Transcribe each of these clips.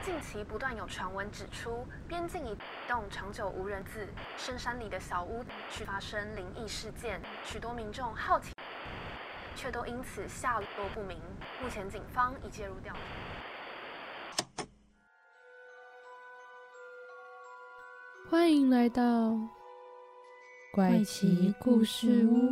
近期不断有传闻指出，边境一栋长久无人自深山里的小屋去发生灵异事件，许多民众好奇，却都因此下落不明。目前警方已介入调查。 欢迎来到怪奇故事屋。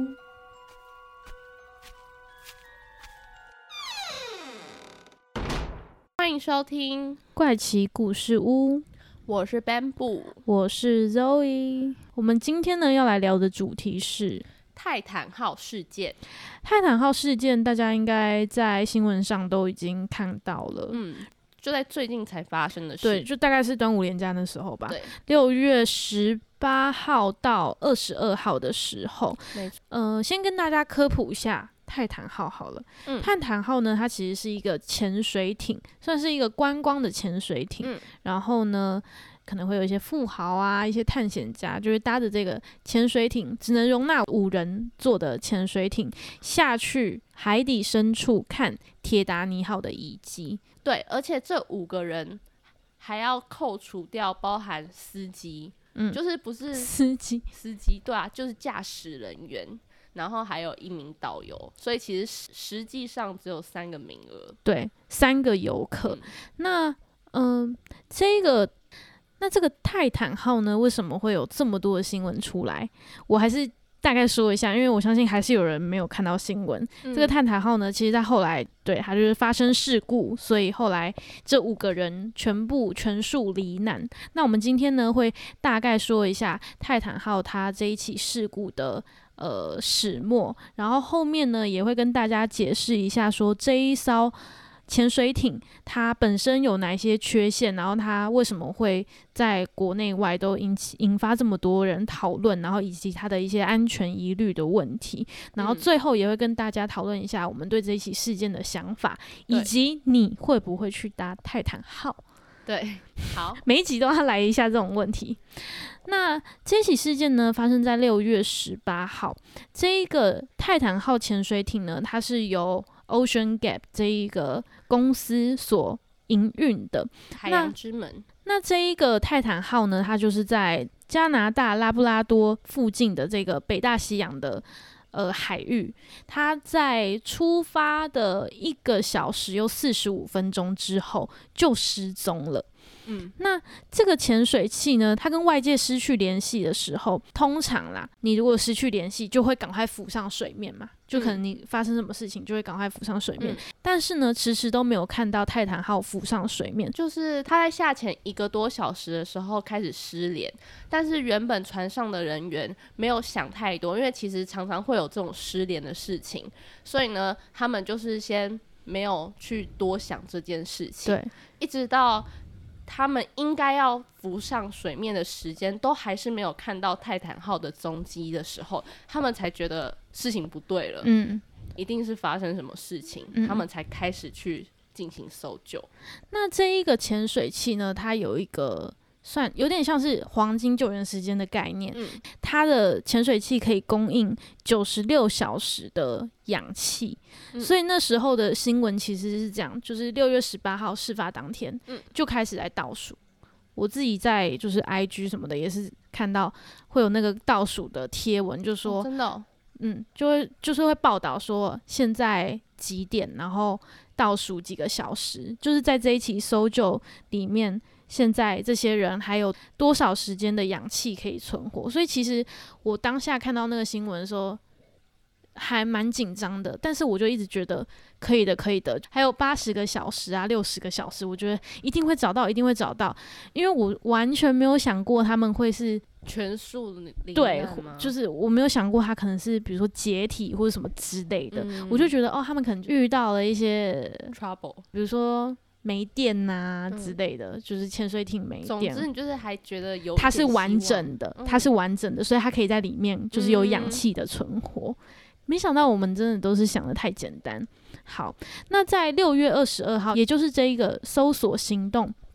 欢迎收听怪奇故事屋， 我是 Bamboo， 我是 Zoe。我们今天呢要来聊的主题是泰坦号事件。 泰坦号事件，大家应该在新闻上都已经看到了， 就在最近才发生的事。 对，就大概是端午连假那时候吧。 对 ，6月18号到22号的时候， 没错。 先跟大家科普一下泰坦号好了。泰坦号呢，它其实是一个潜水艇，算是一个观光的潜水艇。然后呢，可能会有一些富豪啊，一些探险家，就是搭着这个潜水艇，只能容纳5人坐的潜水艇下去海底深处看铁达尼号的遗迹。 对，而且这5个人还要扣除掉包含司机，就是不是司机， 对啊，就是驾驶人员，然后还有1名导游，所以其实实际上只有3个名额。 对，3个游客。那这个泰坦号呢，为什么会有这么多的新闻出来？我还是大概说一下，因为我相信还是有人没有看到新闻。这个泰坦号呢，其实在后来，对，它就是发生事故，所以后来这5个人全数罹难。那我们今天呢，会大概说一下泰坦号它这一起事故的始末，然后后面呢也会跟大家解释一下说这一艘潜水艇它本身有哪一些缺陷，然后它为什么会在国内外都引发这么多人讨论，然后以及它的一些安全疑虑的问题，然后最后也会跟大家讨论一下我们对这一起事件的想法，以及你会不会去搭泰坦号。 对，好， 每一集都要来一下这种问题。那这起事件呢，发生在6月18号。这一个泰坦号潜水艇呢，它是由 OceanGate 这一个公司所营运的海洋之门。 那这一个泰坦号呢，它就是在加拿大拉布拉多附近的这个北大西洋的海域，它在出发的1个小时又45分钟之后就失踪了。那这个潜水器呢，它跟外界失去联系的时候，通常啦，你如果失去联系，就会赶快浮上水面嘛，就可能你发生什么事情就会赶快浮上水面。但是呢，迟迟都没有看到泰坦号浮上水面， 就是他在下潜1个多小时的时候开始失联，但是原本船上的人员没有想太多，因为其实常常会有这种失联的事情，所以呢，他们就是先没有去多想这件事情， 对， 一直到他们应该要浮上水面的时间，都还是没有看到泰坦号的踪迹的时候，他们才觉得事情不对了，一定是发生什么事情，他们才开始去进行搜救。 那这一个潜水器呢，它有一个算有点像是黄金救援时间的概念，它的潜水器可以供应96小时的氧气，所以那时候的新闻其实是这样，就是6月18号事发当天，就开始来倒数。我自己在就是 IG 什么的也是看到会有那个倒数的贴文，就说真的哦， 就是会报道说现在几点，然后倒数几个小时，就是在这一起搜救里面。现在这些人还有多少时间的氧气可以存活？所以其实我当下看到那个新闻的时候，还蛮紧张的。但是我就一直觉得可以的，还有80个小时啊，60个小时，我觉得一定会找到，因为我完全没有想过他们会是全数罹对难吗？ 就是我没有想过他可能是比如说解体或者什么之类的，我就觉得他们可能遇到了一些 trouble， 比如说没电啊之类的，就是潜水艇没电。 总之你就是还觉得有它是完整的，所以它可以在里面就是有氧气的存活。没想到我们真的都是想的太简单。好，那在6月22号，也就是这一个搜索行动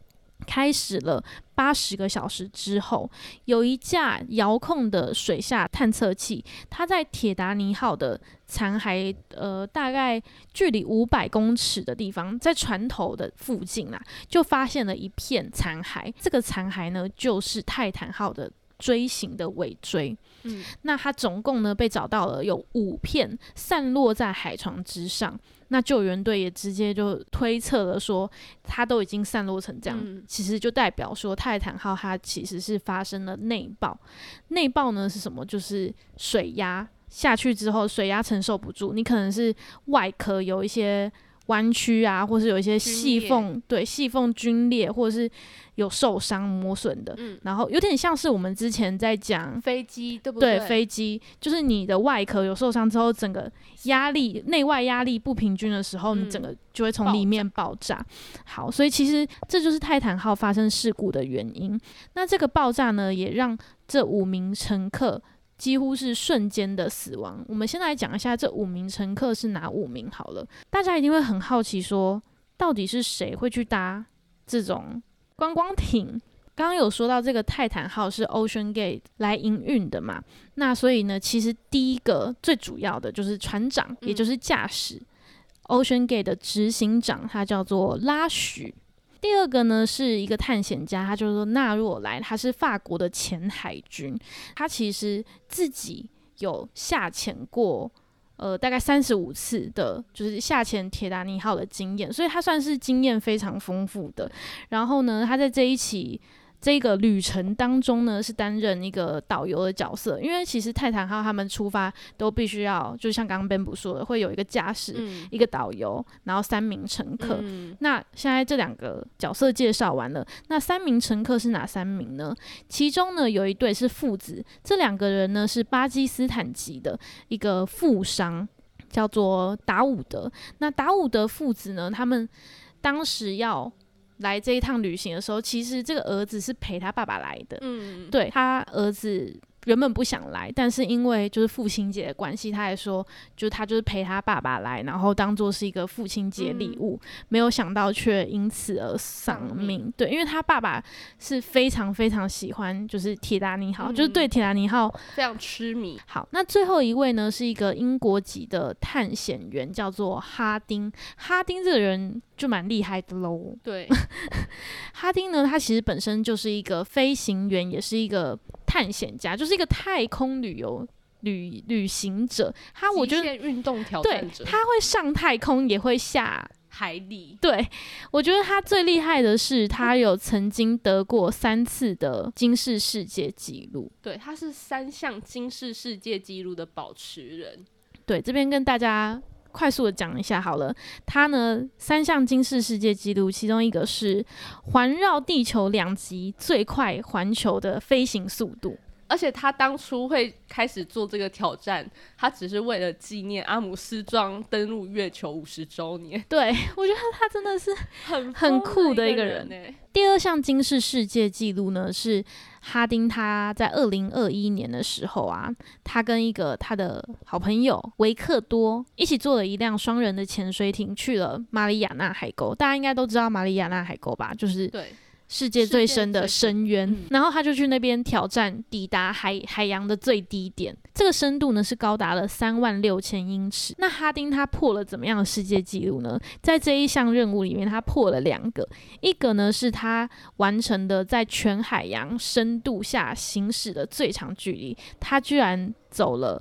开始了80个小时之后，有一架遥控的水下探测器，它在铁达尼号的残骸大概距离500公尺的地方，在船头的附近就发现了一片残骸。这个残骸呢，就是泰坦号的锥形的尾椎。那它总共呢被找到了有5片散落在海床之上。那救援队也直接就推测了说，它都已经散落成这样，其实就代表说泰坦号它其实是发生了内爆。内爆呢是什么？就是水压下去之后，水压承受不住，你可能是外壳有一些弯曲啊，或是有一些细缝，对，细缝皲裂，或者是有受伤磨损的，然后有点像是我们之前在讲飞机，对不对？ 对，飞机就是你的外壳有受伤之后，整个压力内外压力不平均的时候，你整个就会从里面爆炸。好，所以其实这就是泰坦号发生事故的原因。那这个爆炸呢，也让这5名乘客几乎是瞬间的死亡。我们先来讲一下这5名乘客是哪5名好了。大家一定会很好奇说，到底是谁会去搭这种观光艇？刚刚有说到这个泰坦号是 OceanGate 来营运的嘛，那所以呢，其实第一个最主要的就是船长，也就是驾驶 OceanGate 的执行长，他叫做拉许。第二个呢是一个探险家，他叫做纳若莱，他是法国的前海军，他其实自己有下潜过大概35次的，就是下潜铁达尼号的经验，所以他算是经验非常丰富的。然后呢，他在这个旅程当中呢，是担任一个导游的角色，因为其实泰坦号他们出发都必须要，就像刚刚 Bamboo 说的，会有一个驾驶、一个导游，然后3名乘客。那现在这2个角色介绍完了，那3名乘客是哪3名呢？其中呢有一对是父子，这2个人呢是巴基斯坦籍的一个富商，叫做达伍德。那达伍德父子呢，他们当时要来这一趟旅行的时候，其实这个儿子是陪他爸爸来的。对，他儿子原本不想来，但是因为就是父亲节的关系，他还说就他就是陪他爸爸来，然后当作是一个父亲节礼物，没有想到却因此而丧命。对，因为他爸爸是非常非常喜欢就是铁达尼号，就是对铁达尼号非常痴迷。 好，那最后一位呢是一个英国籍的探险员，叫做哈丁。哈丁这个人就蛮厉害的咯。 对， 哈丁呢，他其实本身就是一个飞行员，也是一个探险家，就是一个太空旅行者。我觉得极限运动挑战者， 对，他会上太空，也会下海里。 对，我觉得他最厉害的是，他有曾经得过3次的金氏世界纪录。 对，他是3项金氏世界纪录的保持人。 对，这边跟大家快速的讲一下好了，他呢3项金氏世界纪录，其中一个是环绕地球2极最快环球的飞行速度。 而且他当初会开始做这个挑战，他只是为了纪念阿姆斯壮登陆月球50周年。 对，我觉得他真的是很酷的一个人。第2项金氏世界纪录呢，是哈丁他在2021年的时候啊，他跟一个他的好朋友维克多一起坐了一辆双人的潜水艇去了马里亚纳海沟。大家应该都知道马里亚纳海沟吧，就是对世界最深的深渊。然后他就去那边挑战抵达海洋的最低点，这个深度呢是高达了36000英尺。那哈丁他破了怎么样的世界纪录呢？在这一项任务里面，他破了2个，一个呢是他完成的在全海洋深度下行驶的最长距离，他居然走了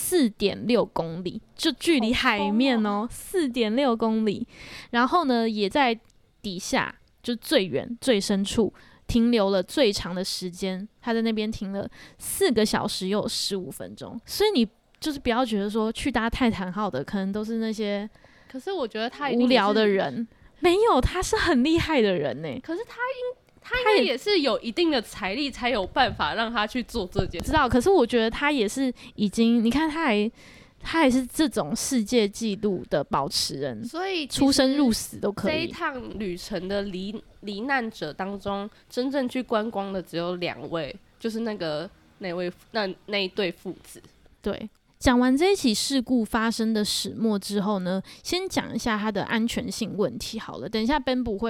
4.6公里，就距离海面4.6公里。然后呢，也在底下就最远最深处停留了最长的时间，他在那边停了4个小时又15分钟。所以你就是不要觉得说去搭泰坦号的可能都是那些， 可是我觉得他无聊的人，没有，他是很厉害的人呢。 可是他应该也是有一定的财力才有办法让他去做这件事。 知道，可是我觉得他也是已经，你看他也是这种世界纪录的保持人， 所以出生入死都可以。 这一趟旅程的罹难者当中，真正去观光的只有2位，就是那一对父子。 对，讲完这一起事故发生的始末之后呢，先讲一下它的安全性问题好了。等一下 Bamboo 会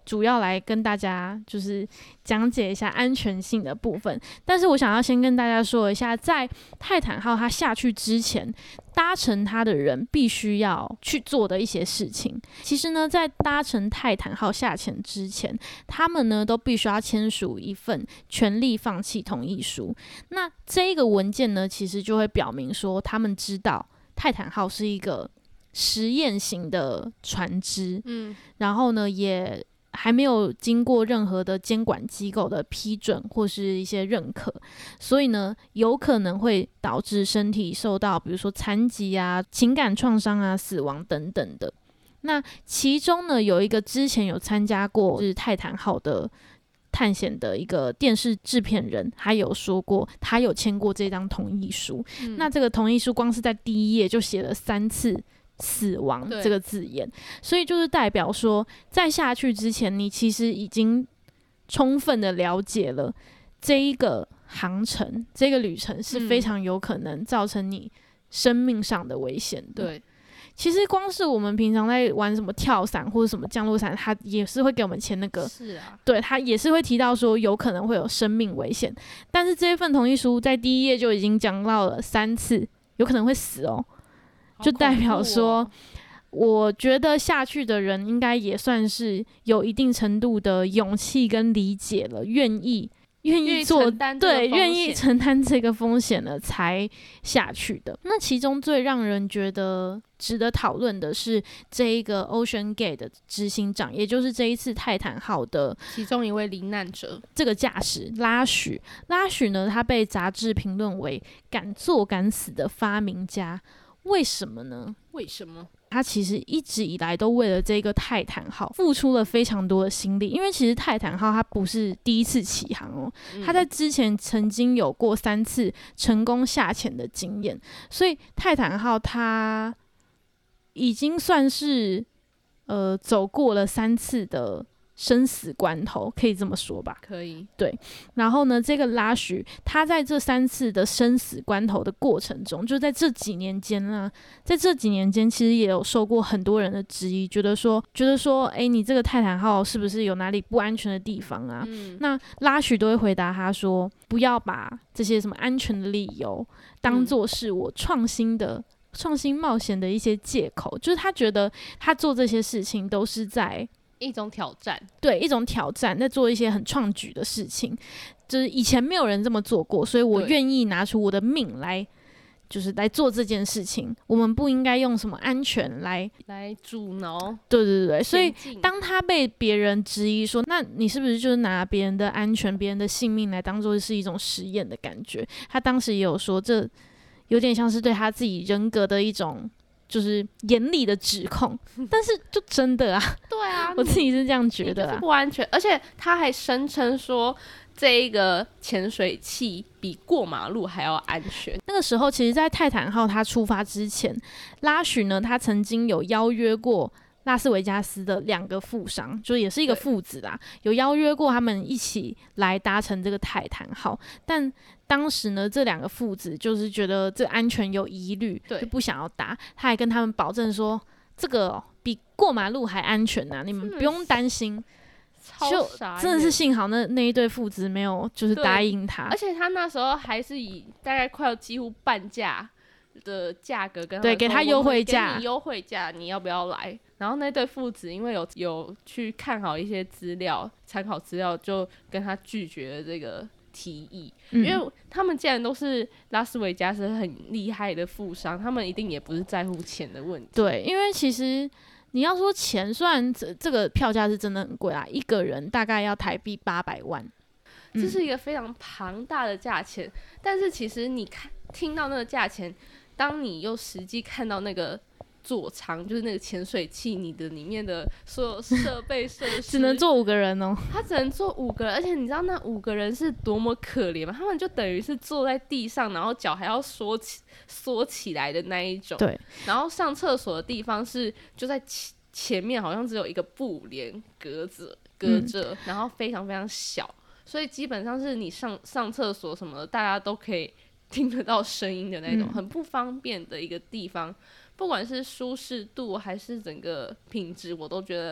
主要来跟大家就是讲解一下安全性的部分。但是我想要先跟大家说一下，在泰坦号它下去之前，搭乘它的人必须要去做的一些事情。其实呢，在搭乘泰坦号下潜之前，他们呢都必须要签署一份权利放弃同意书。那这一个文件呢，其实就会表明说，他们知道泰坦号是一个实验型的船只，然后呢，也还没有经过任何的监管机构的批准或是一些认可，所以呢，有可能会导致身体受到比如说残疾啊、情感创伤啊、死亡等等的。那其中呢，有一个之前有参加过就是泰坦号的探险的一个电视制片人，他有说过他有签过这张同意书。那这个同意书光是在第一页就写了3次死亡这个字眼，所以就是代表说，在下去之前，你其实已经充分的了解了这一个航程、这个旅程是非常有可能造成你生命上的危险的。 对， 其实光是我们平常在玩什么跳伞或者什么降落伞，它也是会给我们签那个， 是啊， 对，它也是会提到说有可能会有生命危险。但是这一份同意书在第一页就已经讲到了3次有可能会死哦。就代表说，我觉得下去的人应该也算是有一定程度的勇气跟理解了，愿意做，对，愿意承担这个风险了才下去的。那其中最让人觉得值得讨论的是这一个 OceanGate 的执行长，也就是这一次泰坦号的其中一位罹难者， 这个驾驶拉许呢，他被杂志评论为敢做敢死的发明家。为什么呢？ 为什么？ 他其实一直以来都为了这个泰坦号付出了非常多的心力，因为其实泰坦号它不是第一次起航哦，它在之前曾经有过3次成功下潜的经验，所以泰坦号它已经算是走过了3次的生死关头，可以这么说吧？ 可以， 对。然后呢，这个拉许他在这3次的生死关头的过程中，就在这几年间啦，其实也有受过很多人的质疑，觉得说，你这个泰坦号是不是有哪里不安全的地方啊？那拉许都会回答他说，不要把这些什么安全的理由当作是我创新冒险的一些借口，就是他觉得他做这些事情都是在一种挑战， 对，一种挑战，在做一些很创举的事情，就是以前没有人这么做过，所以我愿意拿出我的命来，就是来做这件事情。我们不应该用什么安全来阻挠， 对，所以当他被别人质疑说，那你是不是就是拿别人的安全、别人的性命来当做是一种实验的感觉？他当时也有说，这有点像是对他自己人格的一种就是严厉的指控，但是就真的啊， 对啊， 我自己是这样觉得就是不安全，而且他还声称说这一个潜水器比过马路还要安全。 那个时候，其实在泰坦号他出发之前，拉许呢，他曾经有邀约过拉斯维加斯的2个富商，就也是一个父子啦，有邀约过他们一起来搭乘这个泰坦号，但当时呢，这2个父子就是觉得这安全有疑虑，就不想要搭。他还跟他们保证说，这个比过马路还安全啊，你们不用担心。就真的是幸好那一对父子没有就是答应他， 而且他那时候还是以大概快要几乎半价的价格跟他对给他优惠价， 给你优惠价，你要不要来？然后那对父子因为有去看好一些资料、参考资料，就跟他拒绝了这个提议，因为他们既然都是拉斯维加斯很厉害的富商，他们一定也不是在乎钱的问题。 对，因为其实你要说钱，虽然这个票价是真的很贵啊，一个人大概要台币800万， 这是一个非常庞大的价钱。但是其实你听到那个价钱，当你又实际看到那个座舱，就是那个潜水器，你的里面的所有设备设施只能坐5个人哦。 他只能坐5个人，而且你知道那5个人是多么可怜吗？他们就等于是坐在地上，然后脚还要缩起来的那一种。 对。 然后上厕所的地方是就在前面，好像只有一个布帘隔着，然后非常非常小，所以基本上是你上厕所什么的，大家都可以听得到声音的那种，很不方便的一个地方。不管是舒适度还是整个品质，我都觉得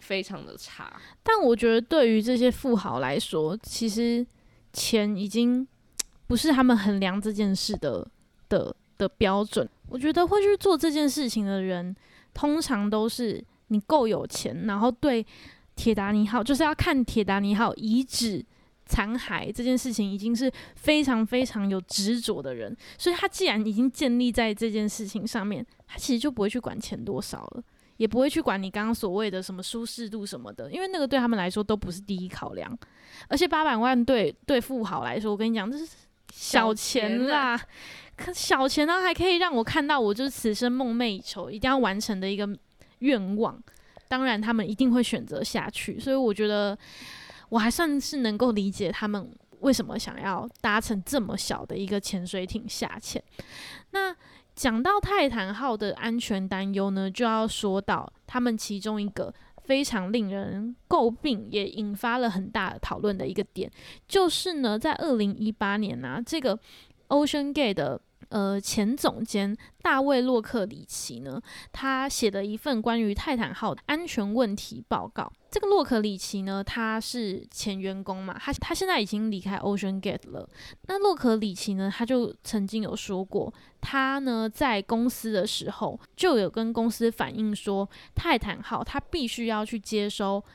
非常的差。 但我觉得对于这些富豪来说，其实钱已经不是他们衡量这件事的标准。我觉得会去做这件事情的人，通常都是你够有钱，然后对铁达尼号就是要看铁达尼号遗址残骸这件事情已经是非常非常有执着的人，所以他既然已经建立在这件事情上面，他其实就不会去管钱多少了，也不会去管你刚刚所谓的什么舒适度什么的，因为那个对他们来说都不是第一考量。而且800万对富豪来说，我跟你讲，这是小钱啦，可小钱呢还可以让我看到我就是此生梦寐以求一定要完成的一个愿望，当然他们一定会选择下去。所以我觉得我还算是能够理解他们为什么想要搭乘这么小的一个潜水艇下潜。那讲到泰坦号的安全担忧呢，就要说到他们其中一个非常令人诟病也引发了很大的讨论的一个点，就是呢在2018年啊，这个 OceanGate 的前总监大卫洛克里奇呢，他写了一份关于泰坦号的安全问题报告。这个洛克里奇呢，他是前员工嘛，他现在已经离开 OceanGate 了。那洛克里奇呢，他就曾经有说过，他呢在公司的时候就有跟公司反映说，泰坦号他必须要去接收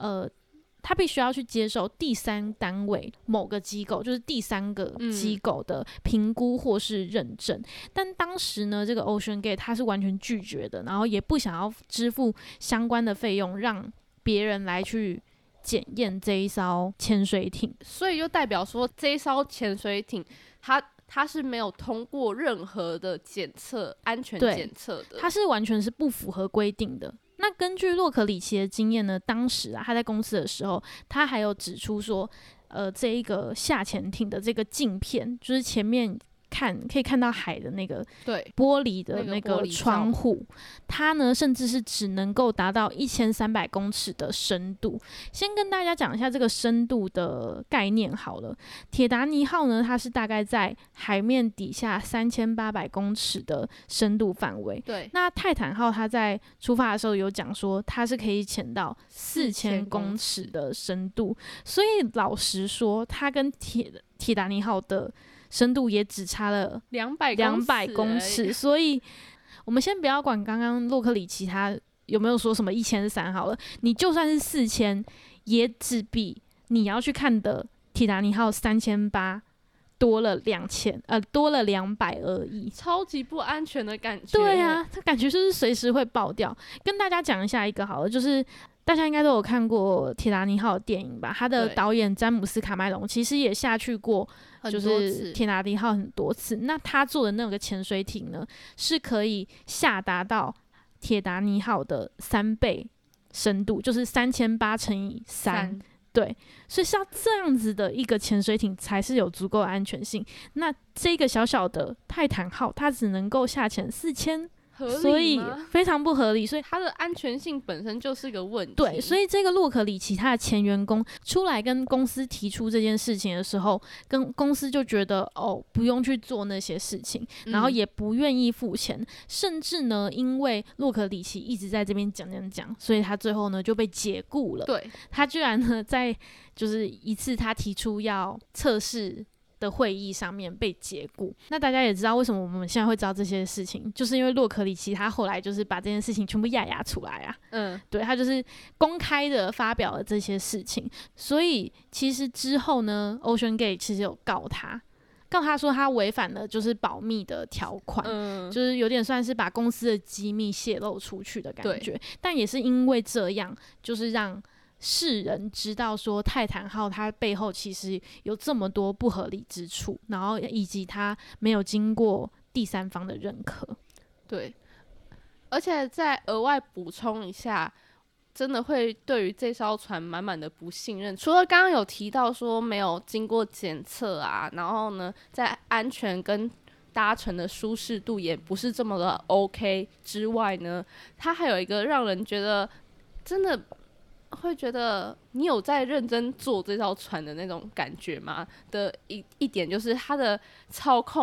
第三单位某个机构，就是第三个机构的评估或是认证。但当时呢，这个 OceanGate 他是完全拒绝的，然后也不想要支付相关的费用，让别人来去检验这一艘潜水艇。 所以就代表说，这一艘潜水艇它是没有通过任何的检测，安全检测的， 它是完全是不符合规定的。那根据洛克里奇的经验呢，当时啊他在公司的时候，他还有指出说，这一个下潜艇的这个镜片，就是前面可以看到海的那个玻璃的那个窗户，它呢甚至是只能够达到1300公尺的深度。先跟大家讲一下这个深度的概念好了。铁达尼号呢，它是大概在海面底下3800公尺的深度范围。 对， 那泰坦号它在出发的时候有讲说，它是可以潜到4000公尺的深度，所以老实说，它跟铁达尼号的深度也只差了200公尺，所以我们先不要管刚刚洛克里奇他有没有说什么1300好了，你就算是4000，也只比你要去看的铁达尼号3800多了200而已， 超级不安全的感觉。 对啊，这感觉就是随时会爆掉。跟大家讲一下一个好了，就是大家应该都有看过铁达尼号的电影吧？他的导演詹姆斯卡麦隆其实也下去过，就是铁达尼号很多次。那他做的那个潜水艇呢，是可以下达到铁达尼号的3倍深度，就是3800乘以3。对，所以是要这样子的一个潜水艇才是有足够的安全性。那这个小小的泰坦号，它只能够下潜4000。所以非常不合理，所以它的安全性本身就是个问题。 对，所以这个洛克里奇他的前员工出来跟公司提出这件事情的时候，跟公司就觉得不用去做那些事情，然后也不愿意付钱，甚至呢，因为洛克里奇一直在这边讲，所以他最后呢就被解雇了。 对， 他居然呢在就是一次他提出要测试的会议上面被解雇。那大家也知道为什么我们现在会知道这些事情，就是因为洛克里奇他后来就是把这件事情全部压出来啊。对，他就是公开的发表了这些事情。所以其实之后呢 OceanGate 其实有告他说他违反了就是保密的条款，就是有点算是把公司的机密泄露出去的感觉。但也是因为这样，就是让世人知道说泰坦号它背后其实有这么多不合理之处，然后以及它没有经过第三方的认可。 对，而且再额外补充一下，真的会对于这艘船满满的不信任。除了刚刚有提到说没有经过检测啊，然后呢在安全跟搭乘的舒适度也不是这么的 OK 之外呢，它还有一个让人觉得真的会觉得你有在认真坐这艘船的那种感觉吗的一点，就是它的操控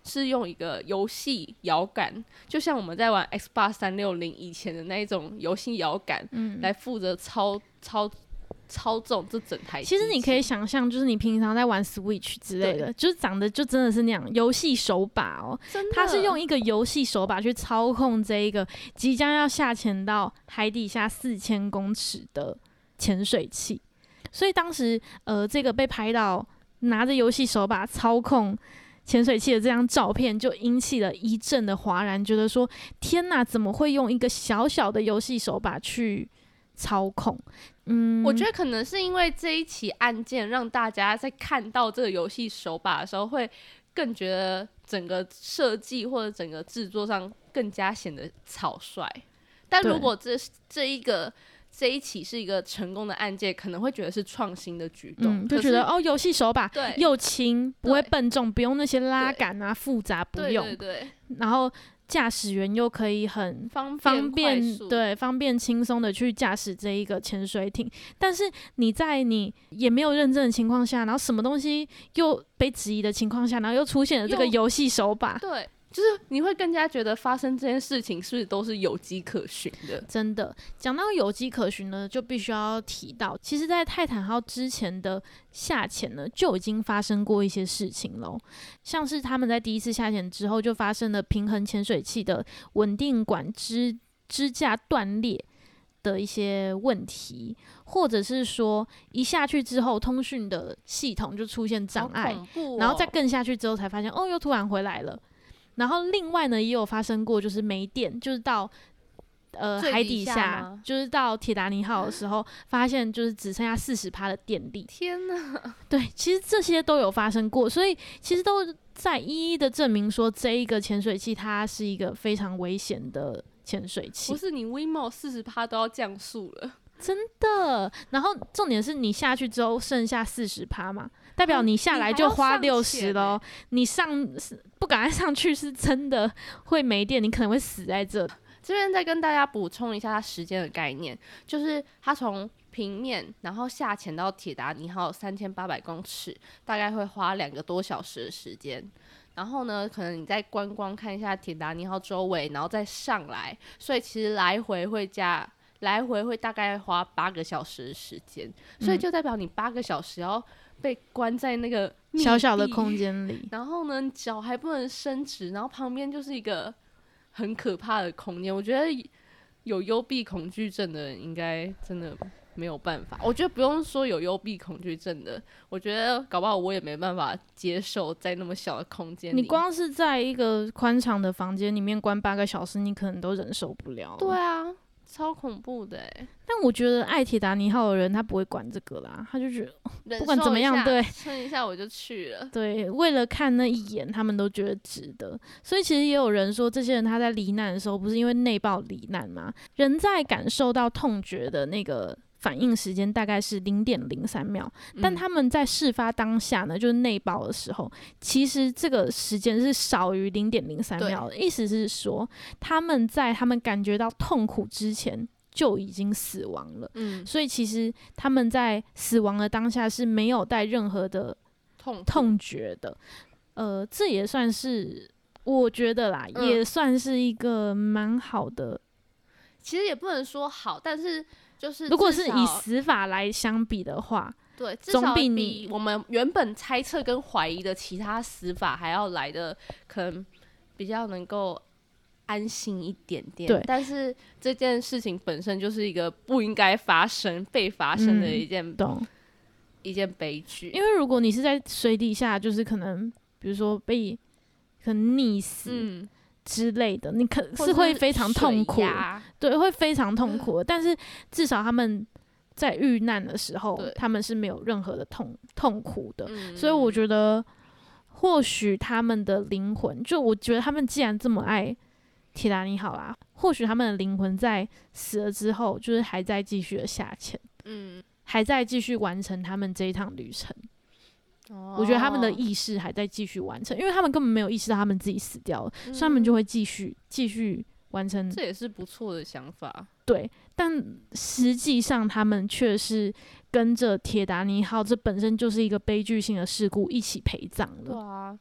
是用一个游戏摇杆，就像我们在玩 Xbox 360以前的那一种游戏摇杆，来负责操纵这整台机器。 其实你可以想象，就是你平常在玩 Switch 之类的，就是长得就真的是那样游戏手把哦，它是用一个游戏手把去操控这一个即将要下潜到海底下4000公尺的潜水器。所以当时这个被拍到拿着游戏手把操控潜水器的这张照片，就引起了一阵的哗然，觉得说天哪，怎么会用一个小小的游戏手把去操控？ 我觉得可能是因为这一起案件让大家在看到这个游戏手把的时候，会更觉得整个设计或者整个制作上更加显得草率。但如果这一起是一个成功的案件，可能会觉得是创新的举动， 就觉得游戏手把又轻，不会笨重，不用那些拉杆啊复杂，不用，对，然后驾驶员又可以很方便轻松的去驾驶这一个潜水艇。但是你在你也没有认证的情况下，然后什么东西又被质疑的情况下，然后又出现了这个游戏手把， 对。就是你会更加觉得发生这件事情是不是都是有迹可循的？ 真的，讲到有迹可循呢，就必须要提到，其实在泰坦号之前的下潜呢，就已经发生过一些事情咯。像是他们在第一次下潜之后，就发生了平衡潜水器的稳定管支架断裂的一些问题，或者是说一下去之后通讯的系统就出现障碍，然后再更下去之后才发现又突然回来了。然后另外呢，也有发生过，就是没电，就是到海底下，就是到铁达尼号的时候，发现就是只剩下40%的电力。 天哪！ 对，其实这些都有发生过，所以其实都在一一的证明说，这一个潜水器它是一个非常危险的潜水器。 不是你 Wemo 40%都要降速了。 真的，然后重点是你下去之后剩下40%嘛，代表你下来就花60咯。你不赶快上去是真的会没电，你可能会死在这。 这边再跟大家补充一下它时间的概念，就是它从平面然后下潜到铁达尼号3800公尺，大概会花2个多小时的时间。然后呢，可能你再观光看一下铁达尼号周围，然后再上来，所以其实来回会大概花8个小时的时间，所以就代表你8个小时要被关在那个小小的空间里， 然后呢，脚还不能伸直，然后旁边就是一个很可怕的空间。我觉得有幽闭恐惧症的人应该真的没有办法。我觉得不用说有幽闭恐惧症的，我觉得搞不好我也没办法接受在那么小的空间里。 你光是在一个宽敞的房间里面关8个小时，你可能都忍受不了。 对啊。超恐怖的但我觉得爱铁达尼号的人他不会管这个啦，他就觉得不管怎么样，对， 撑一下我就去了。 对，为了看那一眼，他们都觉得值得。所以其实也有人说，这些人他在罹难的时候，不是因为内爆罹难吗？人在感受到痛觉的那个反应时间大概是0.03秒，但他们在事发当下呢，就是内爆的时候，其实这个时间是少于0.03秒的。意思是说，他们在他们感觉到痛苦之前就已经死亡了。所以其实他们在死亡的当下是没有带任何的痛觉的。这也算是我觉得啦，也算是一个蛮好的。 其实也不能说好，但是就是如果是以死法来相比的话， 对，至少比我们原本猜测跟怀疑的其他死法还要来的可能比较能够安心一点点。对，但是这件事情本身就是一个不应该被发生的一件悲剧。 因为如果你是在水底下，就是可能比如说被可能溺死。之类的，你是会非常痛苦，对，会非常痛苦的。但是至少他们在遇难的时候，他们是没有任何的痛苦的。所以我觉得，或许他们的灵魂，就我觉得他们既然这么爱铁达尼号啦，或许他们的灵魂在死了之后，就是还在继续的下潜，还在继续完成他们这一趟旅程。我觉得他们的意识还在继续完成，因为他们根本没有意识到他们自己死掉了，所以他们就会继续完成。 这也是不错的想法。 对，但实际上他们却是跟着铁达尼号，这本身就是一个悲剧性的事故一起陪葬了。 对啊，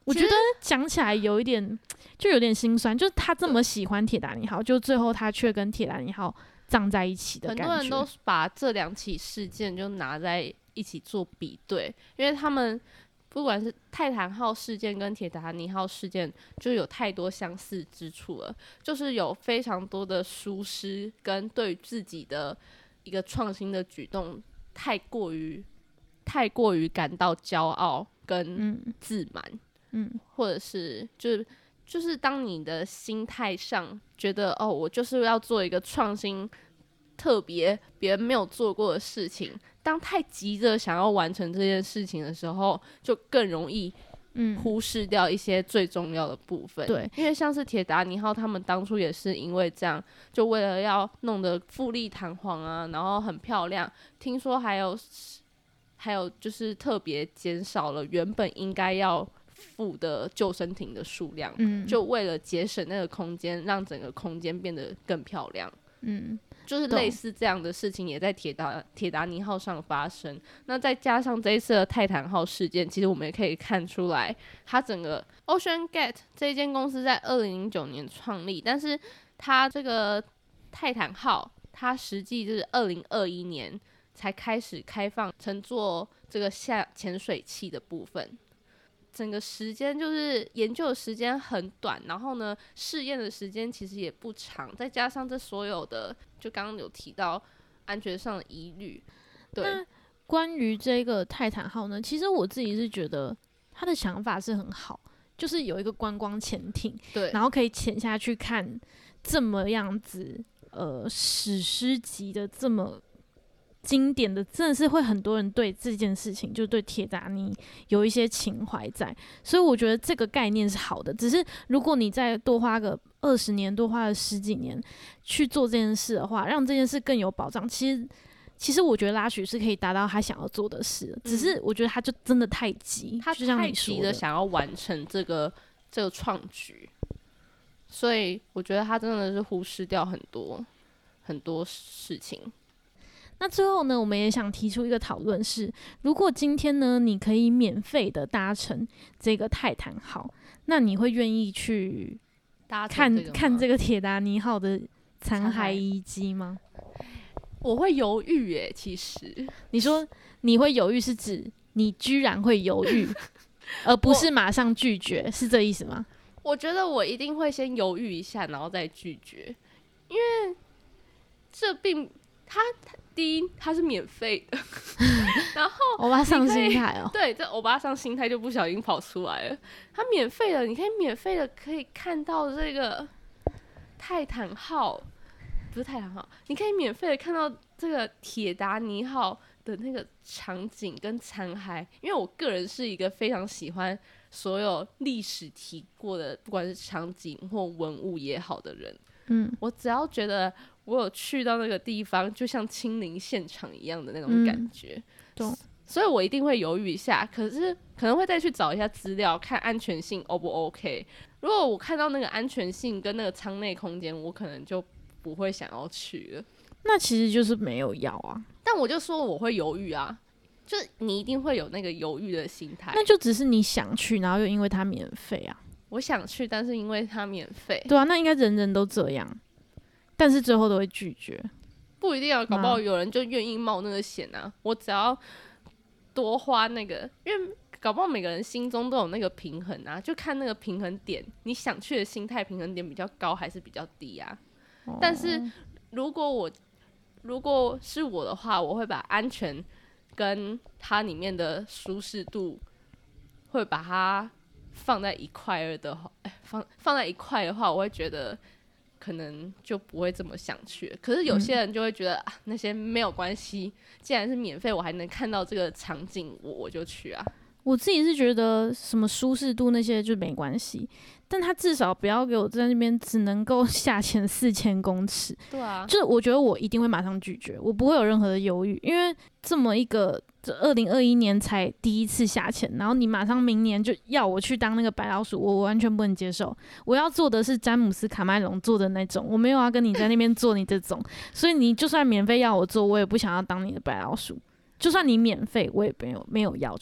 我觉得讲起来有点心酸，就是他这么喜欢铁达尼号，就最后他却跟铁达尼号葬在一起的感觉。 很多人都把这2起事件就拿在一起做比对，因为他们不管是泰坦号事件跟铁达尼号事件，就有太多相似之处了，就是有非常多的疏失跟对自己的一个创新的举动太过于感到骄傲跟自满，或者是就是当你的心态上觉得我就是要做一个创新特别别人没有做过的事情，当太急着想要完成这件事情的时候，就更容易忽视掉一些最重要的部分。 对， 因为像是铁达尼号他们当初也是因为这样，就为了要弄得富丽堂皇啊，然后很漂亮，听说还有就是特别减少了原本应该要附的救生艇的数量，就为了节省那个空间，让整个空间变得更漂亮。就是类似这样的事情也在铁达尼号上发生。那再加上这一次的泰坦号事件，其实我们也可以看出来，它整个 OceanGate 这一间公司在2009年创立，但是它这个泰坦号，它实际就是2021年才开始开放乘坐这个潜水器的部分。整个时间就是研究的时间很短，然后呢，试验的时间其实也不长，再加上这所有的，就刚刚有提到安全上的疑虑。对， 那关于这个泰坦号呢，其实我自己是觉得他的想法是很好，就是有一个观光潜艇， 对， 然后可以潜下去看这么样子史诗级的这么经典的，真的是会很多人对这件事情，就对铁达尼有一些情怀在，所以我觉得这个概念是好的。只是如果你再多花个20年，多花了10几年去做这件事的话，让这件事更有保障，其实我觉得拉许是可以达到他想要做的事，只是我觉得他就真的太急， 他太急的想要完成这个创举，所以我觉得他真的是忽视掉很多事情。 那最后呢，我们也想提出一个讨论是，如果今天呢，你可以免费的搭乘这个泰坦号，那你会愿意去看这个铁达尼号的残骸遗迹吗？ 我会犹豫耶，其实。 你说你会犹豫是指你居然会犹豫，而不是马上拒绝，是这意思吗？ 我觉得我一定会先犹豫一下，然后再拒绝，因为这第一，它是免费的，然后欧巴桑心态哦， 对，这欧巴桑心态就不小心跑出来了。它免费的，你可以免费的看到这个泰坦号，不是泰坦号，你可以免费的看到这个铁达尼号的那个场景跟残骸。因为我个人是一个非常喜欢所有历史提过的，不管是场景或文物也好的人，我只要觉得我有去到那个地方，就像亲临现场一样的那种感觉，所以我一定会犹豫一下，可是可能会再去找一下资料，看安全性 O 不 OK。如果我看到那个安全性跟那个舱内空间，我可能就不会想要去了。 那其实就是没有要啊， 但我就说我会犹豫啊，就是你一定会有那个犹豫的心态。 那就只是你想去，然后又因为它免费啊。 我想去，但是因为它免费。 对啊，那应该人人都这样，但是最后都会拒绝。 不一定啊，搞不好有人就愿意冒那个险啊。我只要多花那个，因为搞不好每个人心中都有那个平衡啊，就看那个平衡点，你想去的心态平衡点比较高还是比较低啊。但是如果是我的话，我会把安全跟它里面的舒适度会把它放在一块的话，放在一块的话，我会觉得可能就不会这么想去。可是有些人就会觉得那些没有关系，既然是免费，我还能看到这个场景，我就去啊。 我自己是觉得什么舒适度那些就没关系，但他至少不要给我在那边只能够下潜4000公尺。 对啊， 就是我觉得我一定会马上拒绝，我不会有任何的犹豫，因为这么一个2021年才第一次下潜，然后你马上明年就要我去当那个白老鼠，我完全不能接受。我要做的是詹姆斯卡麦隆做的那种，我没有要跟你在那边做你这种，所以你就算免费要我做，我也不想要当你的白老鼠。就算你免费，我也没有要去。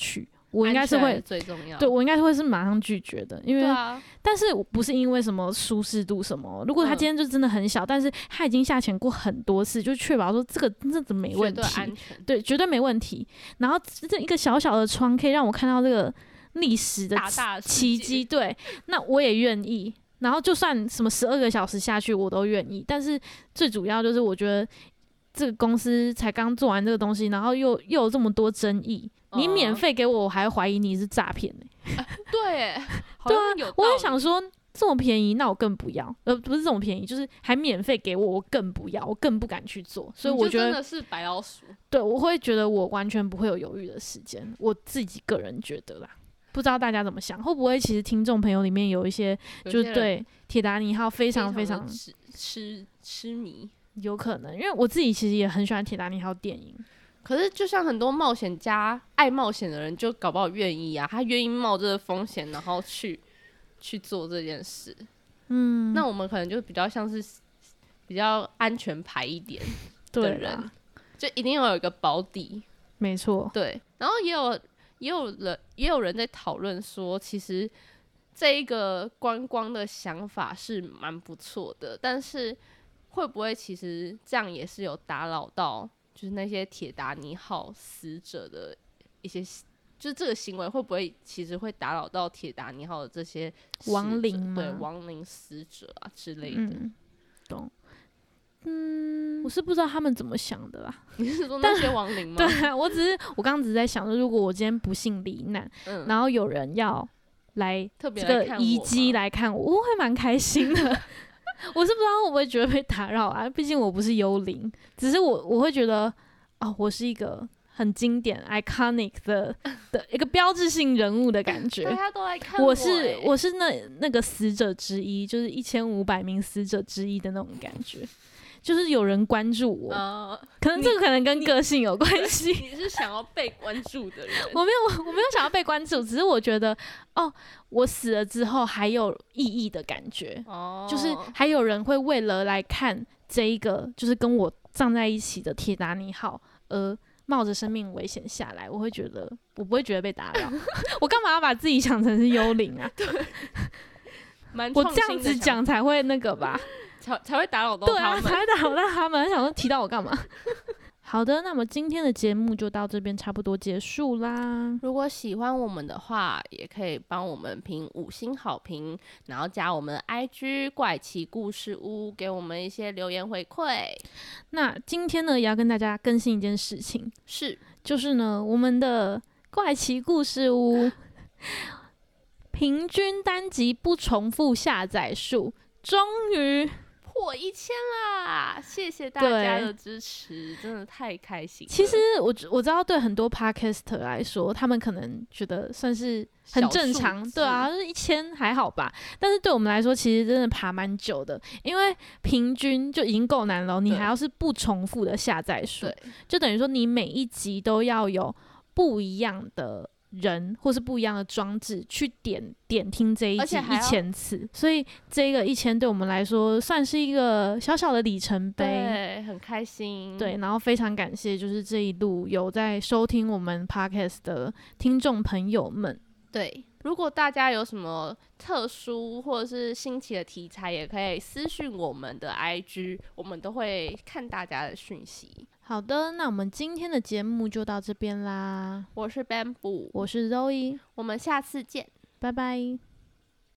我应该是会最重要。 对，我应该会是马上拒绝的，因为、但是不是因为什么舒适度什么，如果他今天就真的很小，但是他已经下潜过很多次，就确保说这怎么没问题， 绝对安全， 对，绝对没问题。然后这一个小小的窗可以让我看到这个历史的奇迹，对，那我也愿意。然后就算什么12个小时下去，我都愿意。但是最主要就是我觉得这个公司才刚做完这个东西，然后又有这么多争议。你免费给我，我还怀疑你是诈骗呢。 对， 对啊，我也想说这么便宜，那我更不要。不是这么便宜，就是还免费给我，我更不要，我更不敢去做。所以我觉得真的是白老鼠。 对，我会觉得我完全不会有犹豫的时间，我自己个人觉得啦。不知道大家怎么想，会不会其实听众朋友里面有一些就是对铁达尼号非常非常痴迷， 有可能，因为我自己其实也很喜欢铁达尼号电影。 可是就像很多冒险家爱冒险的人，就搞不好愿意啊，他愿意冒这个风险，然后去做这件事。那我们可能就比较像是比较安全牌一点的人，就一定要有一个保底。 没错， 对。然后也有人在讨论说，其实这一个观光的想法是蛮不错的，但是会不会其实这样也是有打扰到？就是那些铁达尼号死者的一些，就是这个行为会不会其实会打扰到铁达尼号的这些亡灵？ 对，亡灵死者啊之类的。 懂。我是不知道他们怎么想的啦。 你是说那些亡灵吗？ 对啊，我刚刚只是在想说，如果我今天不幸罹难，然后有人要来这个遗迹来看我，我会蛮开心的。我是不知道会不会觉得被打扰啊，毕竟我不是幽灵，只是我会觉得我是一个很经典 iconic 的一个标志性人物的感觉。 大家都来看我是那个死者之一，就是1500名死者之一的那种感觉。就是有人关注我，可能这个可能跟个性有关系。 你是想要被关注的人？ 我没有想要被关注，只是我觉得我死了之后还有意义的感觉。就是还有人会为了来看这一个，就是跟我葬在一起的铁达尼号而冒着生命危险下来，我不会觉得被打扰。我干嘛要把自己想成是幽灵啊？ 对， 我这样子讲才会那个吧。 才会打扰到他们， 才会打扰到他们。想说提到我干嘛？好的，那么今天的节目就到这边差不多结束啦。 如果喜欢我们的话，也可以帮我们评5星好评，然后加我们的 IG 怪奇故事屋，给我们一些留言回馈。 那今天呢，也要跟大家更新一件事情，就是呢，我们的怪奇故事屋平均单集不重复下载数终于破1000啦！谢谢大家的支持，真的太开心了。 其实我知道，对很多 podcaster 来说，他们可能觉得算是很正常，对啊，1000还好吧。但是对我们来说，其实真的爬蛮久的，因为平均就已经够难了，你还要是不重复的下载数，就等于说你每一集都要有不一样的人或是不一样的装置去点听这一集1000次，所以这个1000对我们来说算是一个小小的里程碑， 对，很开心。 对，然后非常感谢就是这一路有在收听我们 podcast 的听众朋友们。 对，如果大家有什么特殊或者是新奇的题材，也可以私讯我们的 IG， 我们都会看大家的讯息。 好的，那我们今天的节目就到这边啦。 我是 Bamboo， 我是 Zoe， 我们下次见， 拜拜。